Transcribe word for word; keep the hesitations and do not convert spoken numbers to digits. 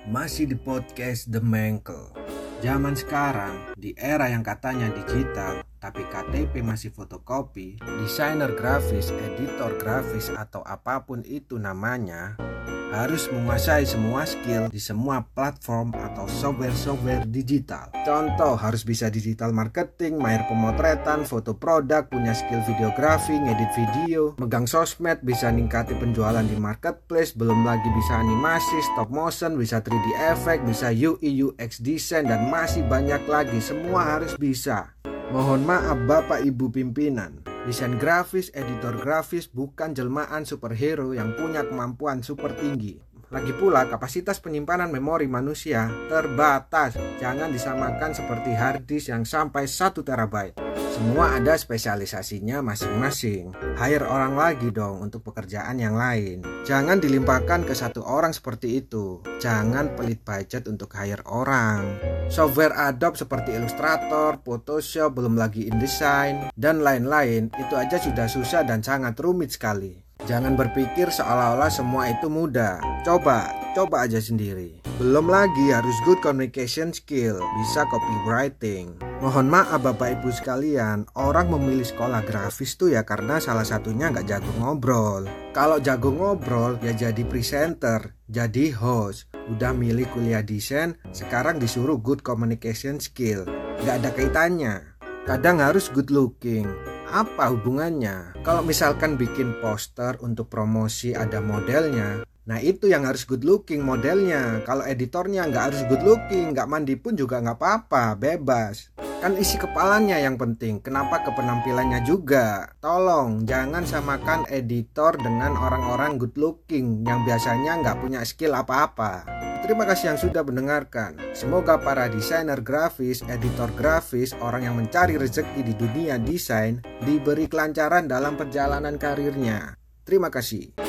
Masih di podcast The Mengkel. Zaman sekarang, di era yang katanya digital, tapi K T P masih fotokopi, desainer grafis, editor grafis, atau apapun itu namanya, harus menguasai semua skill di semua platform atau software-software digital. Contoh, harus bisa digital marketing, mahir pemotretan, foto produk, punya skill videografi, ngedit video, megang sosmed, bisa ningkati penjualan di marketplace, belum lagi bisa animasi, stop motion, bisa tiga D effect, bisa U I U X design, dan masih banyak lagi. Semua harus bisa. Mohon maaf Bapak Ibu pimpinan, desain grafis, editor grafis bukan jelmaan superhero yang punya kemampuan super tinggi. Lagi pula kapasitas penyimpanan memori manusia terbatas. Jangan disamakan seperti hard disk yang sampai satu terabyte. Semua ada spesialisasinya masing-masing. Hire orang lagi dong untuk pekerjaan yang lain. Jangan dilimpahkan ke satu orang seperti itu. Jangan pelit budget untuk hire orang. Software Adobe seperti Illustrator, Photoshop, belum lagi InDesign, dan lain-lain, itu aja sudah susah dan sangat rumit sekali. Jangan berpikir seolah-olah semua itu mudah. Coba, coba aja sendiri. Belum lagi harus good communication skill, bisa copywriting. Mohon maaf Bapak Ibu sekalian, orang memilih sekolah grafis tuh ya karena salah satunya nggak jago ngobrol. Kalau jago ngobrol ya jadi presenter, jadi host. Udah milih kuliah desain, sekarang disuruh good communication skill. Nggak ada kaitannya. Kadang harus good looking. Apa hubungannya? Kalau misalkan bikin poster untuk promosi ada modelnya, nah itu yang harus good looking modelnya. Kalau editornya nggak harus good looking, nggak mandi pun juga nggak apa-apa, bebas. Kan isi kepalanya yang penting, kenapa ke penampilannya juga? Tolong jangan samakan editor dengan orang-orang good looking yang biasanya nggak punya skill apa-apa. Terima kasih yang sudah mendengarkan. Semoga para desainer grafis, editor grafis, orang yang mencari rezeki di dunia desain diberi kelancaran dalam perjalanan karirnya. Terima kasih.